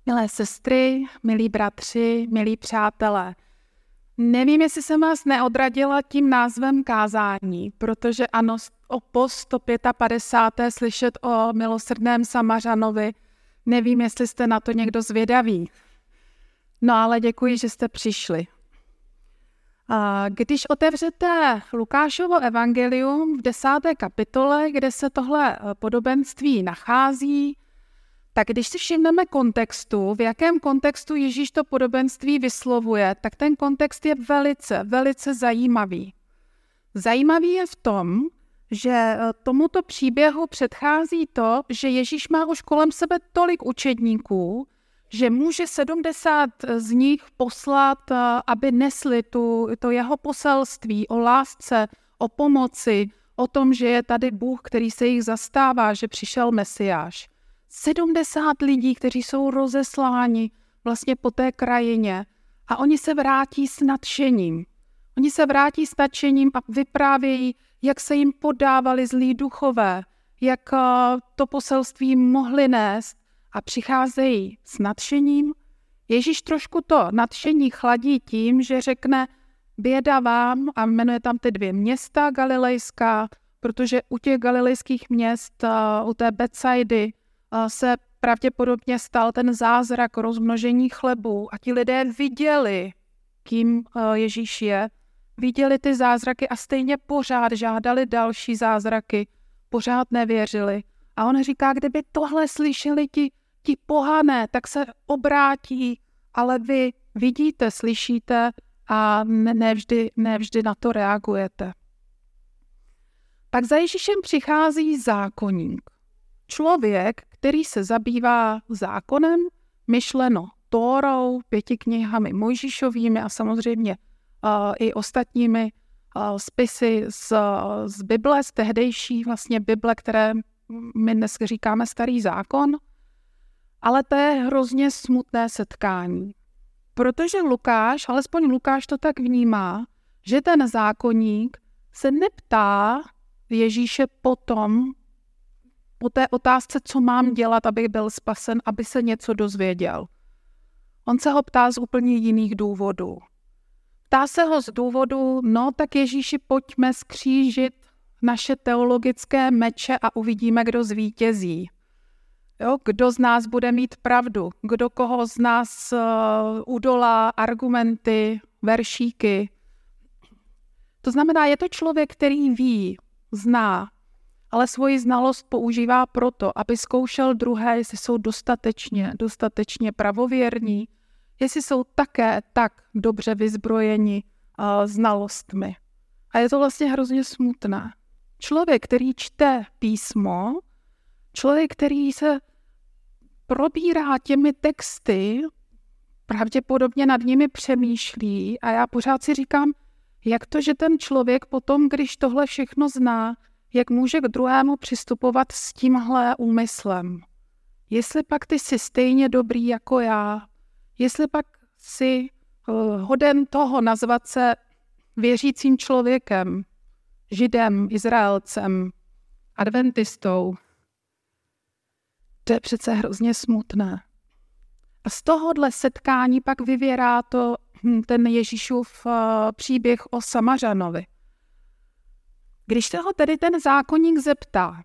Milé sestry, milí bratři, milí přátelé, nevím, jestli jsem vás neodradila tím názvem kázání, protože ano, po 155. slyšet o milosrdném Samařanovi, nevím, jestli jste na to někdo zvědaví. No ale děkuji, že jste přišli. Když otevřete Lukášovo evangelium v 10. kapitole, kde se tohle podobenství nachází, tak když si všimneme kontextu, v jakém kontextu Ježíš to podobenství vyslovuje, tak ten kontext je velice zajímavý. Zajímavý je v tom, že tomuto příběhu předchází to, že Ježíš má už kolem sebe tolik učedníků, že může 70 z nich poslat, aby nesli to jeho poselství o lásce, o pomoci, o tom, že je tady Bůh, který se jich zastává, že přišel Mesiáš. 70 lidí, kteří jsou rozesláni vlastně po té krajině a oni se vrátí s nadšením. Oni se vrátí s nadšením a vyprávějí, jak se jim podávali zlí duchové, jak to poselství mohli nést a přicházejí s nadšením. Ježíš trošku to nadšení chladí tím, že řekne běda vám a jmenuje tam ty 2 města galilejská, protože u těch galilejských měst, u té Betsaidy, se pravděpodobně stal ten zázrak rozmnožení chlebu a ti lidé viděli, kým Ježíš je, viděli ty zázraky a stejně pořád žádali další zázraky, pořád nevěřili. A on říká, kdyby tohle slyšeli ti pohané, tak se obrátí, ale vy vidíte, slyšíte a nevždy na to reagujete. Pak za Ježíšem přichází zákonník. Člověk, který se zabývá zákonem, myšleno Tórou, 5 knihami Mojžíšovými a samozřejmě i ostatními spisy z Bible, z tehdejší vlastně Bible, které my dnes říkáme Starý zákon. Ale to je hrozně smutné setkání. Protože Lukáš, alespoň Lukáš to tak vnímá, že ten zákonník se neptá Ježíše po té otázce, co mám dělat, abych byl spasen, aby se něco dozvěděl. On se ho ptá z úplně jiných důvodů. Ptá se ho z důvodu, tak Ježíši, pojďme skřížit naše teologické meče a uvidíme, kdo zvítězí. Jo, kdo z nás bude mít pravdu, kdo koho z nás udolá argumenty, veršíky. To znamená, je to člověk, který ví, zná, ale svoji znalost používá proto, aby zkoušel druhé, jestli jsou dostatečně pravověrní, jestli jsou také tak dobře vyzbrojeni znalostmi. A je to vlastně hrozně smutné. Člověk, který čte písmo, člověk, který se probírá těmi texty, pravděpodobně nad nimi přemýšlí a já pořád si říkám, jak to, že ten člověk potom, když tohle všechno zná, jak může k druhému přistupovat s tímhle úmyslem. Jestli pak ty jsi stejně dobrý jako já, jestli pak jsi hoden toho nazvat se věřícím člověkem, Židem, Izraelcem, adventistou. To je přece hrozně smutné. A z tohohle setkání pak vyvěrá ten Ježíšův příběh o Samařanovi. Když se ho tedy ten zákonník zeptá,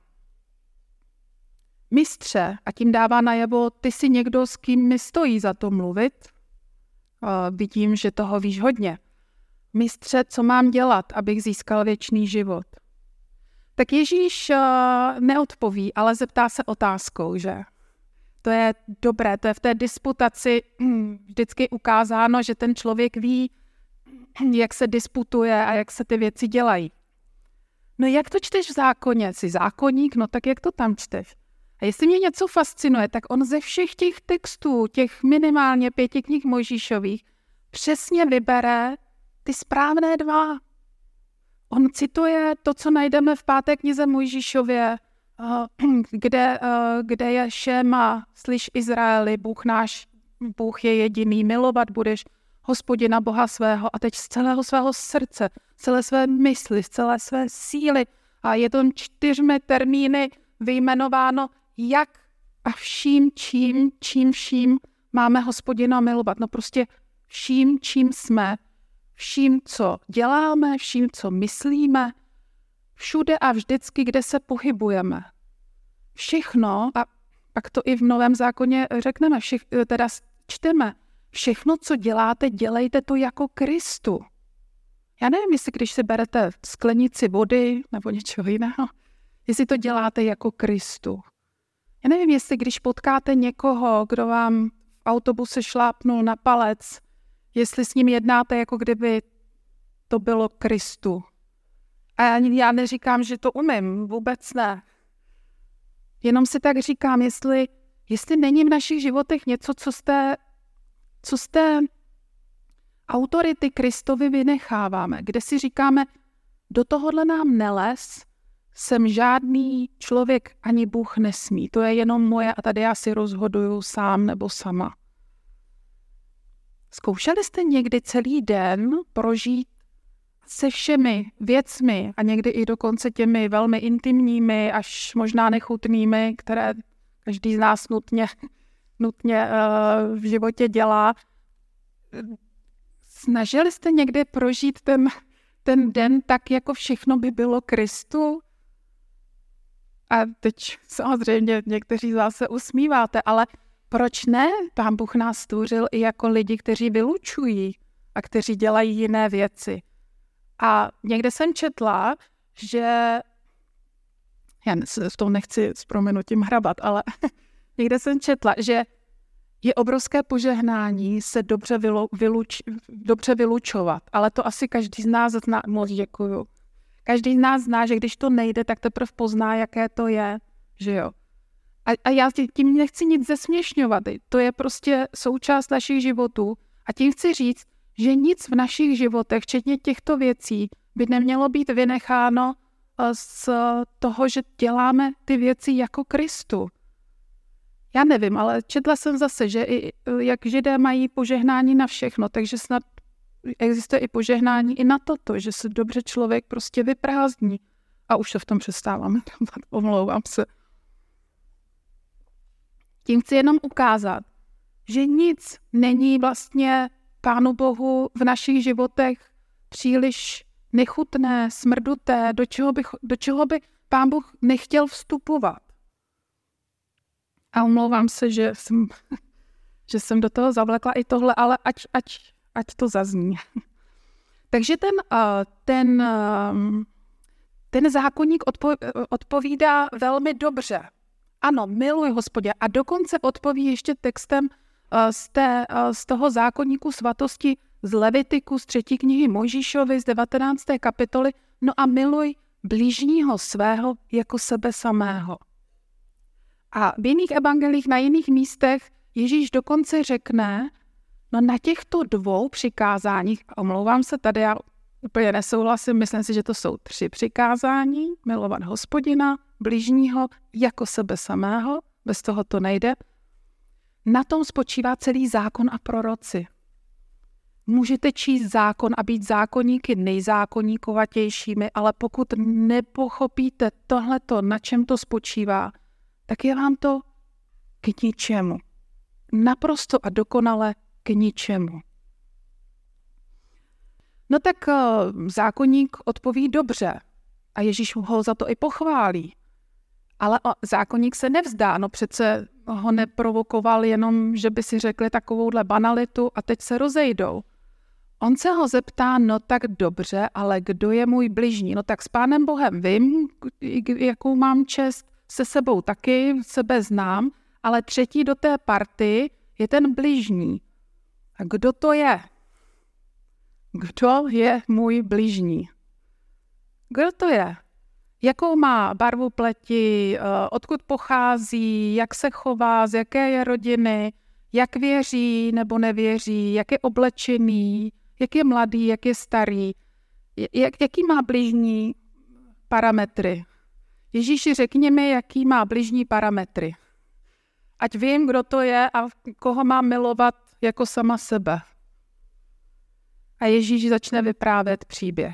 mistře, a tím dává najevo, ty jsi někdo, s kým mi stojí za to mluvit, vidím, že toho víš hodně. Mistře, co mám dělat, abych získal věčný život? Tak Ježíš neodpoví, ale zeptá se otázkou, že? To je dobré, to je v té disputaci vždycky ukázáno, že ten člověk ví, jak se disputuje a jak se ty věci dělají. No jak to čteš v zákoně? Jsi zákonník? No tak jak to tam čteš? A jestli mě něco fascinuje, tak on ze všech těch textů, těch minimálně 5 knih Mojžíšových, přesně vybere ty správné 2. On cituje to, co najdeme v 5. knize Mojžíšově, kde je šéma, slyš Izraeli, Bůh je jediný, milovat budeš Hospodina Boha svého a teď z celého svého srdce, celé své mysli, z celé své síly a je to 4 termíny vyjmenováno, jak a vším, čím vším máme Hospodina milovat? No prostě vším, čím jsme, vším, co děláme, vším, co myslíme, všude a vždycky, kde se pohybujeme. Všechno, a pak to i v Novém zákoně řekneme, teda čteme, všechno, co děláte, dělejte to jako Kristu. Já nevím, jestli když si berete sklenici vody nebo něčeho jiného, jestli to děláte jako Kristu. Já nevím, jestli když potkáte někoho, kdo vám v autobuse šlápnul na palec, jestli s ním jednáte, jako kdyby to bylo Kristu. A já neříkám, že to umím, vůbec ne. Jenom si tak říkám, jestli není v našich životech něco, co z té autority Kristovi vynecháváme, kde si říkáme, do tohohle nám nelez, jsem žádný člověk ani Bůh nesmí. To je jenom moje a tady já si rozhoduju sám nebo sama. Zkoušeli jste někdy celý den prožít se všemi věcmi a někdy i dokonce těmi velmi intimními, až možná nechutnými, které každý z nás nutně v životě dělá. Snažili jste někdy prožít ten den tak, jako všechno by bylo Kristu? A teď samozřejmě někteří z vás se usmíváte, ale proč ne? Pán Bůh nás stvořil i jako lidi, kteří vylučují a kteří dělají jiné věci. A někde jsem četla, že, já v tom nechci s prominutím hrabat, ale někde jsem četla, že je obrovské požehnání se dobře vylučovat, ale to asi každý z nás zná, moc děkuju. Každý z nás zná, že když to nejde, tak teprve pozná, jaké to je, že jo. A já tím nechci nic zesměšňovat, to je prostě součást našich životů a tím chci říct, že nic v našich životech, včetně těchto věcí, by nemělo být vynecháno z toho, že děláme ty věci jako Kristu. Já nevím, ale četla jsem zase, že i jak Židé mají požehnání na všechno, takže snad existuje i požehnání i na toto, že se dobře člověk prostě vyprázdní. A už se v tom přestávám, omlouvám se. Tím chci jenom ukázat, že nic není vlastně Pánu Bohu v našich životech příliš nechutné, smrduté, do čeho by Pán Bůh nechtěl vstupovat. A omlouvám se, že jsem do toho zavlekla i tohle, ale ať to zazní. Takže ten zákoník odpovídá velmi dobře. Ano, miluj Hospodě. A dokonce odpoví ještě textem z toho zákoníku svatosti z Levitiku, z 3. knihy Mojžíšovi, z 19. kapitoly. No a miluj blížního svého jako sebe samého. A v jiných evangelích, na jiných místech Ježíš dokonce řekne, no na těchto 2 přikázáních, a omlouvám se, tady já úplně nesouhlasím, myslím si, že to jsou 3 přikázání, milovat Hospodina, bližního jako sebe samého, bez toho to nejde. Na tom spočívá celý zákon a proroci. Můžete číst zákon a být zákonníky nejzákonníkovatějšími, ale pokud nepochopíte tohleto, na čem to spočívá, tak je vám to k ničemu. Naprosto a dokonale k ničemu. No tak zákonník odpoví dobře a Ježíš ho za to i pochválí. Ale zákonník se nevzdá, no přece ho neprovokoval jenom, že by si řekli takovouhle banalitu a teď se rozejdou. On se ho zeptá, no tak dobře, ale kdo je můj bližní? No tak s Pánem Bohem vím, jakou mám čest, se sebou taky, sebe znám, ale třetí do té party je ten bližní. A kdo to je? Kdo je můj bližní? Kdo to je? Jakou má barvu pleti, odkud pochází, jak se chová, z jaké je rodiny, jak věří nebo nevěří, jak je oblečený, jak je mladý, jak je starý, jaký má bližní parametry. Ježíši, řekni mi, jaký má bližní parametry. Ať vím, kdo to je a koho mám milovat jako sama sebe. A Ježíš začne vyprávět příběh.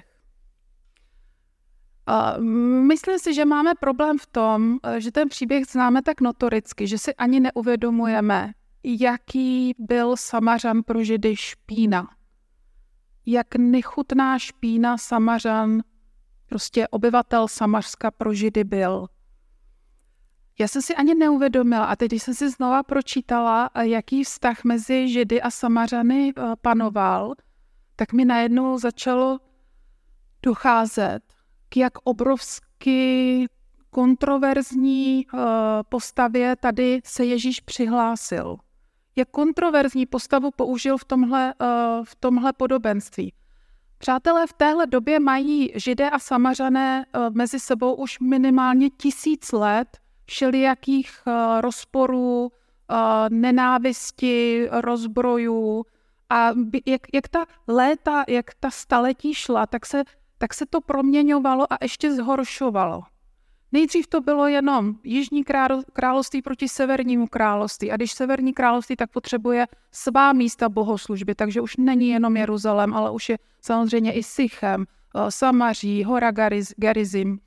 Myslím si, že máme problém v tom, že ten příběh známe tak notoricky, že si ani neuvědomujeme, jaký byl Samařan pro Židy špína. Jak nechutná špína Samařan, prostě obyvatel Samařska pro Židy byl. Já jsem si ani neuvědomila, a teď, když jsem si znova pročítala, jaký vztah mezi Židy a Samařany panoval, tak mi najednou začalo docházet, k jak obrovsky kontroverzní postavě tady se Ježíš přihlásil. Jak kontroverzní postavu použil v tomhle podobenství. Přátelé, v téhle době mají Židé a Samařané mezi sebou už minimálně 1000 let všelijakých rozporů, nenávisti, rozbrojů. A jak ta léta, jak ta staletí šla, tak se to proměňovalo a ještě zhoršovalo. Nejdřív to bylo jenom Jižní království proti Severnímu království. A když Severní království, tak potřebuje svá místa bohoslužby, takže už není jenom Jeruzalém, ale už je samozřejmě i Sichem, Samaří, Hora Gerizim.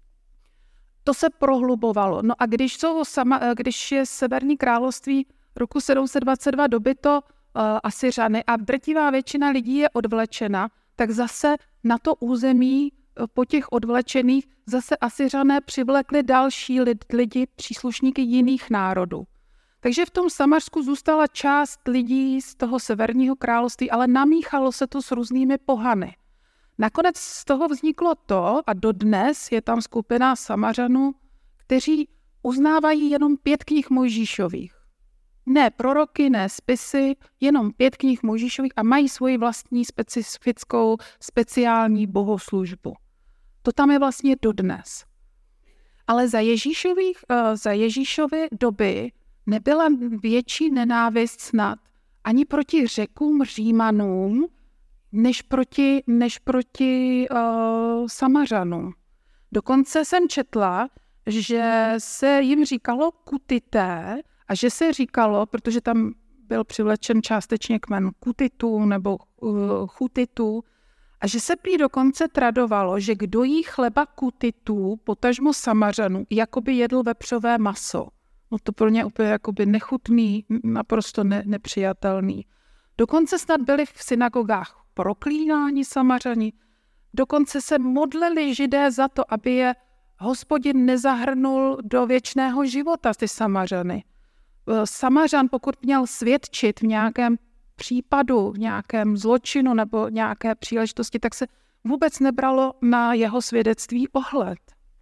To se prohlubovalo. No a když je Severní království roku 722 dobyto Asyřany a drtivá většina lidí je odvlečena, tak zase na to území po těch odvlečených zase Asyřané přivlekli další lidi, příslušníky jiných národů. Takže v tom Samařsku zůstala část lidí z toho Severního království, ale namíchalo se to s různými pohany. Nakonec z toho vzniklo to, a dodnes je tam skupina Samařanů, kteří uznávají jenom 5 knih Mojžíšových. Ne proroky, ne spisy, jenom 5 knih Mojžíšových a mají svoji vlastní specifickou, speciální bohoslužbu. To tam je vlastně dodnes. Ale za Ježíšovy doby nebyla větší nenávist snad ani proti Řekům, Římanům, než proti Samařanům. Dokonce jsem četla, že se jim říkalo kutité a že se říkalo, protože tam byl přivlečen částečně kmen Kutitů nebo Chutitů, a že se prý dokonce tradovalo, že kdo jí chleba Kutitů, potažmo Samařanů, jakoby jedl vepřové maso. No to pro ně úplně jakoby nechutný, naprosto nepřijatelný. Dokonce snad byli v synagogách proklínáni Samařani. Dokonce se modlili Židé za to, aby je Hospodin nezahrnul do věčného života, ty Samařany. Samařan, pokud měl svědčit v nějakém případu, v nějakém zločinu nebo nějaké příležitosti, tak se vůbec nebralo na jeho svědectví ohled.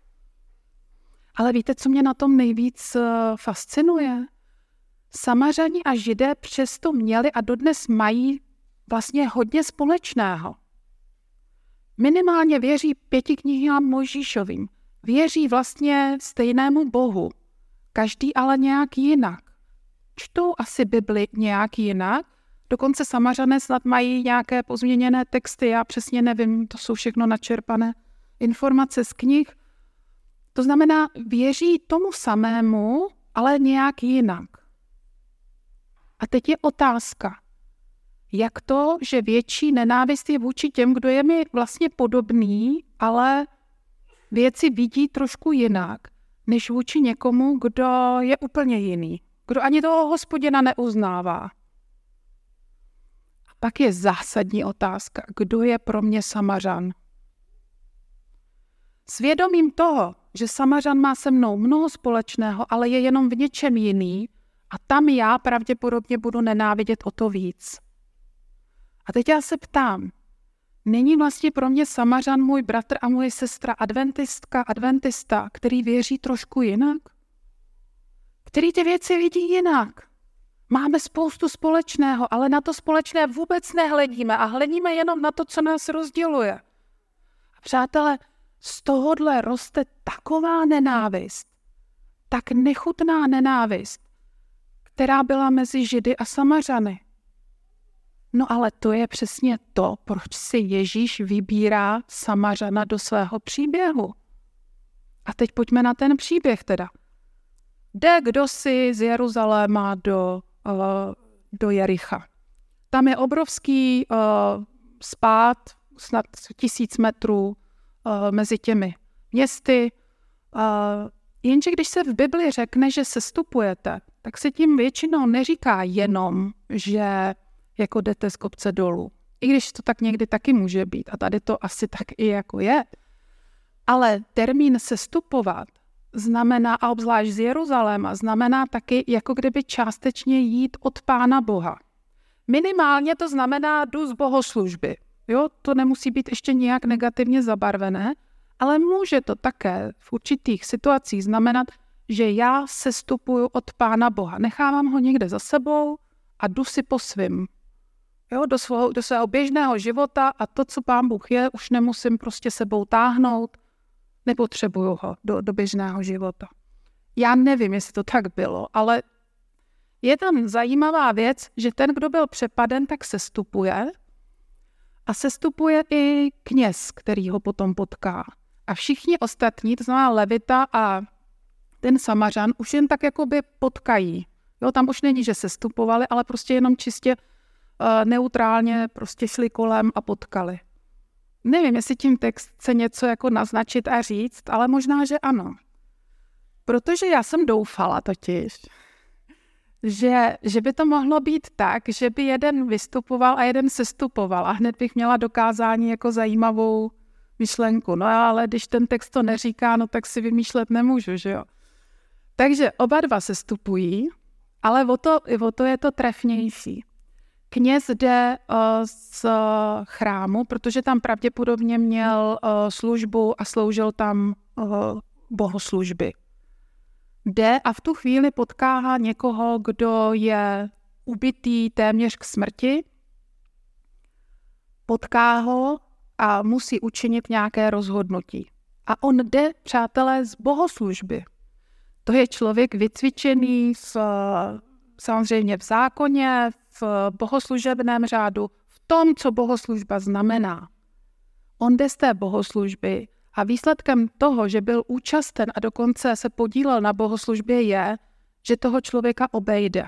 Ale víte, co mě na tom nejvíc fascinuje? Samařani a Židé přesto měli a dodnes mají vlastně hodně společného. Minimálně věří 5 knihám Mojžíšovým. Věří vlastně stejnému Bohu. Každý ale nějak jinak. Čtou asi Bibli nějak jinak. Dokonce Samařané snad mají nějaké pozměněné texty, já přesně nevím, to jsou všechno načerpané informace z knih. To znamená, věří tomu samému, ale nějak jinak. A teď je otázka, jak to, že větší nenávist je vůči těm, kdo je mi vlastně podobný, ale věci vidí trošku jinak, než vůči někomu, kdo je úplně jiný, kdo ani toho Hospodina neuznává. A pak je zásadní otázka, kdo je pro mě Samařan? Svědomím toho, že Samařan má se mnou mnoho společného, ale je jenom v něčem jiný a tam já pravděpodobně budu nenávidět o to víc. A teď já se ptám, není vlastně pro mě Samařan můj bratr a moje sestra adventista, který věří trošku jinak? Který ty věci vidí jinak? Máme spoustu společného, ale na to společné vůbec nehledíme a hledíme jenom na to, co nás rozděluje. A přátelé, z tohohle roste taková nenávist, tak nechutná nenávist, která byla mezi Židy a Samařany. No ale to je přesně to, proč si Ježíš vybírá Samařana do svého příběhu. A teď pojďme na ten příběh teda. Jde kdosi z Jeruzaléma do Jericha. Tam je obrovský spád, snad 1000 metrů mezi těmi městy. Jenže když se v Bibli řekne, že sestupujete, tak se tím většinou neříká jenom, že jako jdete z kopce dolů. I když to tak někdy taky může být a tady to asi tak i jako je. Ale termín sestupovat znamená, a obzvlášť z Jeruzaléma, znamená taky jako kdyby částečně jít od Pána Boha. Minimálně to znamená jdu z bohoslužby. Jo, to nemusí být ještě nějak negativně zabarvené, ale může to také v určitých situacích znamenat, že já sestupuju od Pána Boha. Nechávám ho někde za sebou a jdu si po svým. Jo, do svého běžného života a to, co Pán Bůh je, už nemusím prostě sebou táhnout, nepotřebuju ho do běžného života. Já nevím, jestli to tak bylo, ale je tam zajímavá věc, že ten, kdo byl přepaden, tak sestupuje a sestupuje i kněz, který ho potom potká. A všichni ostatní, to znamená Levita a ten Samařan, už jen tak jakoby potkají. Jo, tam už není, že sestupovali, ale prostě jenom čistě neutrálně prostě šli kolem a potkali. Nevím, jestli tím text chce něco jako naznačit a říct, ale možná, že ano. Protože já jsem doufala totiž, že by to mohlo být tak, že by jeden vystupoval a jeden sestupoval a hned bych měla dokázání jako zajímavou myšlenku. No ale když ten text to neříká, no tak si vymýšlet nemůžu, že jo. Takže oba dva sestupují, ale o to je to trefnější. Kněz jde z chrámu, protože tam pravděpodobně měl službu a sloužil tam bohoslužby. Jde a v tu chvíli potká někoho, kdo je ubitý téměř k smrti. Potká ho a musí učinit nějaké rozhodnutí. A on jde, přátelé, z bohoslužby. To je člověk vycvičený samozřejmě v zákoně, v bohoslužebném řádu, v tom, co bohoslužba znamená. On jde z té bohoslužby a výsledkem toho, že byl účasten a dokonce se podílel na bohoslužbě, je, že toho člověka obejde.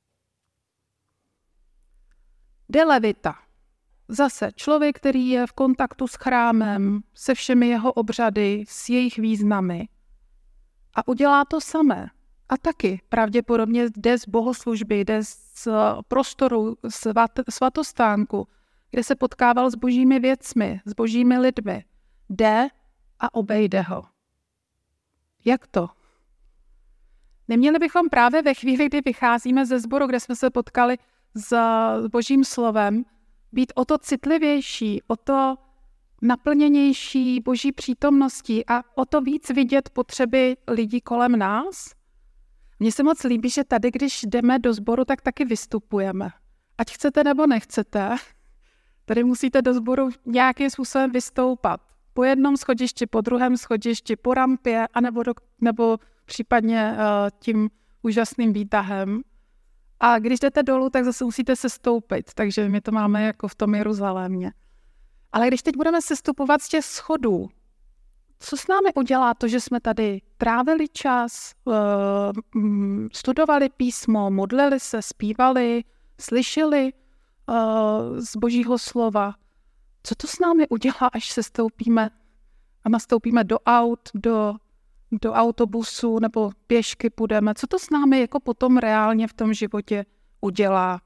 Jde Levita. Zase člověk, který je v kontaktu s chrámem, se všemi jeho obřady, s jejich významy. A udělá to samé. A taky pravděpodobně jde z bohoslužby, jde z prostoru svatostánku, kde se potkával s božími věcmi, s božími lidmi. Jde a obejde ho. Jak to? Neměli bychom právě ve chvíli, kdy vycházíme ze sboru, kde jsme se potkali s božím slovem, být o to citlivější, o to naplněnější boží přítomností a o to víc vidět potřeby lidí kolem nás? Mně se moc líbí, že tady, když jdeme do sboru, tak taky vystupujeme. Ať chcete nebo nechcete, tady musíte do sboru nějakým způsobem vystoupat. Po jednom schodišti, po druhém schodišti, po rampě, nebo případně tím úžasným výtahem. A když jdete dolů, tak zase musíte sestoupit, takže my to máme jako v tom Jeruzalémě. Ale když teď budeme sestupovat z těch schodů, co s námi udělá to, že jsme tady trávili čas, studovali písmo, modlili se, zpívali, slyšeli z božího slova? Co to s námi udělá, až sestoupíme a nastoupíme do aut, do autobusu nebo pěšky půjdeme? Co to s námi jako potom reálně v tom životě udělá?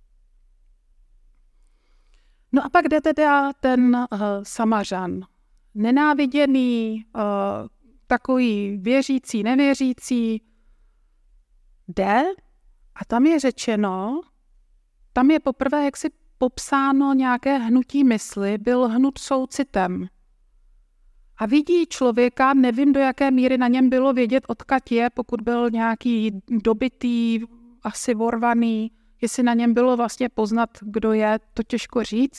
No a pak jde teda ten Samařan. Nenáviděný, takový věřící, nevěřící, jde a tam je řečeno, tam je poprvé jaksi popsáno nějaké hnutí mysli, byl hnut soucitem. A vidí člověka, nevím, do jaké míry na něm bylo vědět, odkud je, pokud byl nějaký dobitý, asi vorvaný, jestli na něm bylo vlastně poznat, kdo je, to těžko říct.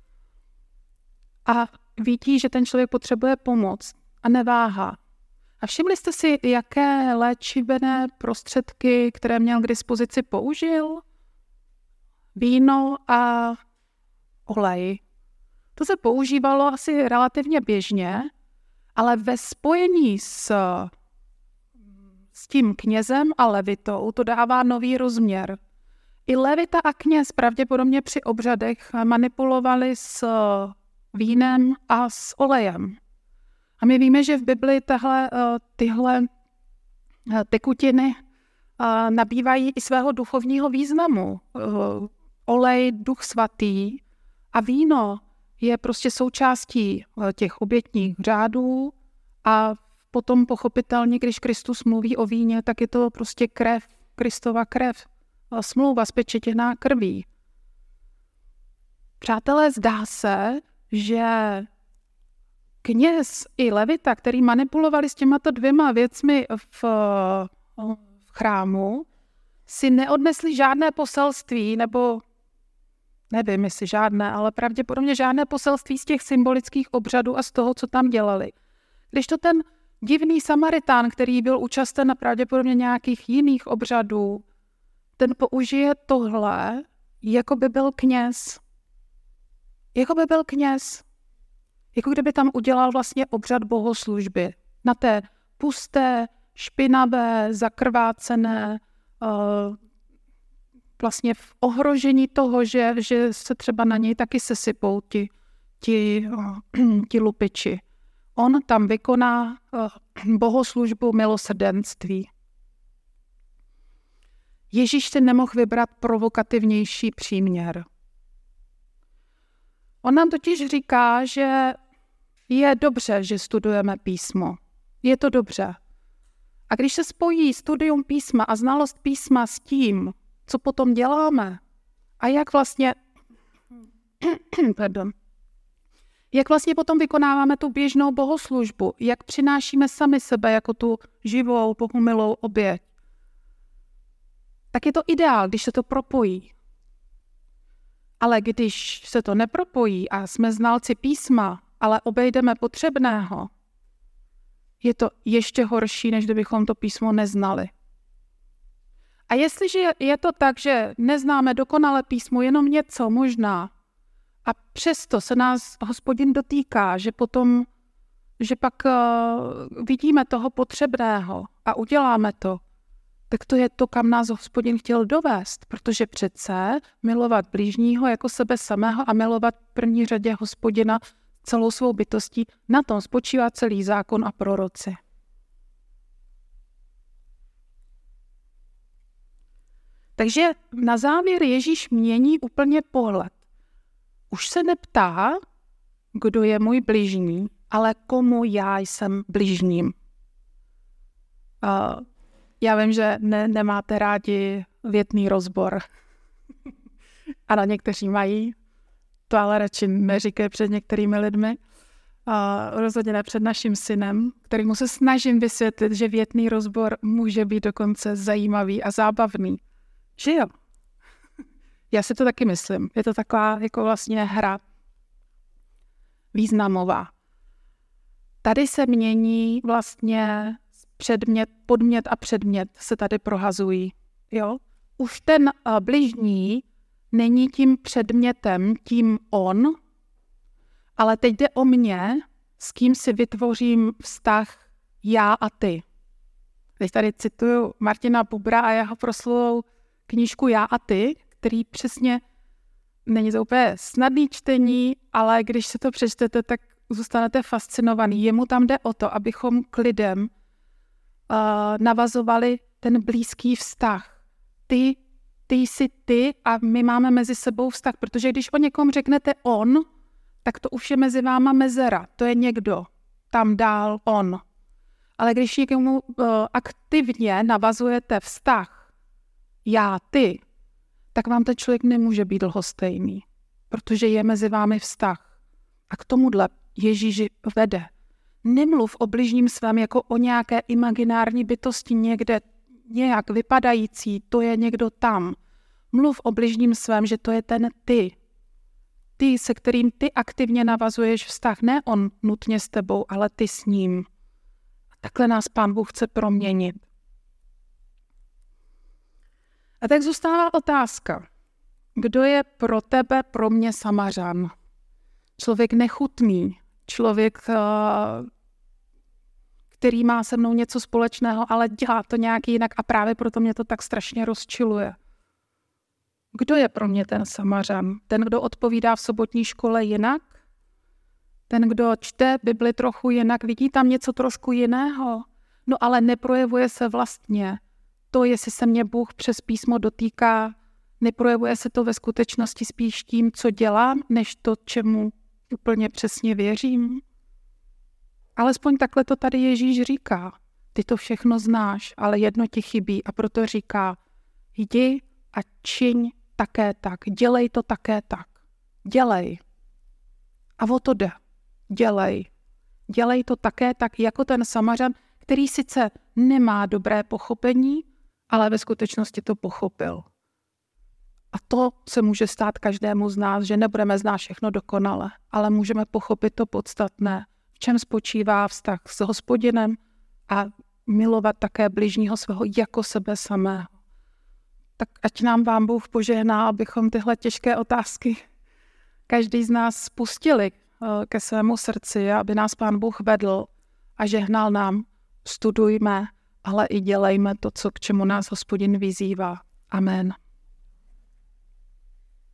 A vidí, že ten člověk potřebuje pomoc a neváhá. A všimli jste si, jaké léčivé prostředky, které měl k dispozici, použil? Víno a olej. To se používalo asi relativně běžně, ale ve spojení s tím knězem a levitou to dává nový rozměr. I levita a kněz pravděpodobně při obřadech manipulovali s vínem a s olejem. A my víme, že v Bibli tyhle tekutiny nabývají i svého duchovního významu. Olej, Duch svatý a víno je prostě součástí těch obětních řádů a potom pochopitelně, když Kristus mluví o víně, tak je to prostě krev, Kristova krev, smlouva spečetěná krví. Přátelé, zdá se, že kněz i levita, který manipulovali s těmato dvěma věcmi v chrámu, si neodnesli žádné poselství, nebo nevím, jestli žádné, ale pravděpodobně žádné poselství z těch symbolických obřadů a z toho, co tam dělali. Když to ten divný Samaritán, který byl účasten na pravděpodobně nějakých jiných obřadů, ten použije tohle, jako by byl kněz. Jako by byl kněz. Jako kdyby tam udělal vlastně obřad bohoslužby. Na té pusté, špinavé, zakrvácené, vlastně v ohrožení toho, že se třeba na něj taky sesypou ti lupiči. On tam vykoná bohoslužbu milosrdenství. Ježíš si nemohl vybrat provokativnější příměr. On nám totiž říká, že je dobře, že studujeme písmo. Je to dobře. A když se spojí studium písma a znalost písma s tím, co potom děláme a jak vlastně potom vykonáváme tu běžnou bohoslužbu, jak přinášíme sami sebe jako tu živou, bohumilou oběť, tak je to ideál, když se to propojí. Ale když se to nepropojí a jsme znalci písma, ale obejdeme potřebného, je to ještě horší, než kdybychom to písmo neznali. A jestliže je to tak, že neznáme dokonale písmo, jenom něco možná, a přesto se nás Hospodin dotýká, že pak vidíme toho potřebného a uděláme to, tak to je to, kam nás Hospodin chtěl dovést, protože přece milovat blížního jako sebe samého a milovat v první řadě Hospodina celou svou bytostí, na tom spočívá celý zákon a proroci. Takže na závěr Ježíš mění úplně pohled. Už se neptá, kdo je můj bližní, ale komu já jsem bližním. Já vím, že nemáte rádi větný rozbor. Ano, někteří mají, to ale radši neříkají před některými lidmi. Rozhodně ne před naším synem, kterému se snažím vysvětlit, že větný rozbor může být dokonce zajímavý a zábavný. Že jo? Já si to taky myslím. Je to taková jako vlastně hra významová. Tady se mění vlastně podmět a předmět se tady prohazují. Jo? Už ten bližní není tím předmětem, tím on, ale teď jde o mě, s kým si vytvořím vztah já a ty. Teď tady cituju Martina Bubra a jeho proslulou knížku Já a ty, který přesně není to úplně snadný čtení, ale když se to přečtete, tak zůstanete fascinovaný. Jemu tam jde o to, abychom k lidem navazovali ten blízký vztah. Ty jsi ty a my máme mezi sebou vztah, protože když o někom řeknete on, tak to už je mezi váma mezera. To je někdo, tam dál on. Ale když někomu aktivně navazujete vztah já, ty, tak vám ten člověk nemůže být lhostejný, protože je mezi vámi vztah. A k tomuhle Ježíš vede. Nemluv o bližním svém jako o nějaké imaginární bytosti někde nějak vypadající, to je někdo tam. Mluv o bližním svém, že to je ten ty. Ty, se kterým ty aktivně navazuješ vztah, ne on nutně s tebou, ale ty s ním. A takhle nás Pán Bůh chce proměnit. A tak zůstává otázka. Kdo je pro tebe, pro mě Samařan? Člověk nechutný, člověk, který má se mnou něco společného, ale dělá to nějak jinak a právě proto mě to tak strašně rozčiluje. Kdo je pro mě ten Samařan? Ten, kdo odpovídá v sobotní škole jinak? Ten, kdo čte Bibli trochu jinak, vidí tam něco trošku jiného? No ale neprojevuje se vlastně to, jestli se mě Bůh přes písmo dotýká, neprojevuje se to ve skutečnosti spíš tím, co dělám, než to, čemu úplně přesně věřím? Alespoň takhle to tady Ježíš říká. Ty to všechno znáš, ale jedno ti chybí a proto říká, jdi a čiň také tak, dělej to také tak. Dělej. A o to jde. Dělej. Dělej to také tak, jako ten Samařan, který sice nemá dobré pochopení, ale ve skutečnosti to pochopil. A to se může stát každému z nás, že nebudeme znát všechno dokonale, ale můžeme pochopit to podstatné, v čem spočívá vztah s Hospodinem a milovat také bližního svého jako sebe samého. Tak ať nám Pán Bůh požehná, abychom tyhle těžké otázky každý z nás spustili ke svému srdci, aby nás Pán Bůh vedl a žehnal nám. Studujme, ale i dělejme to, k čemu nás Hospodin vyzývá. Amen.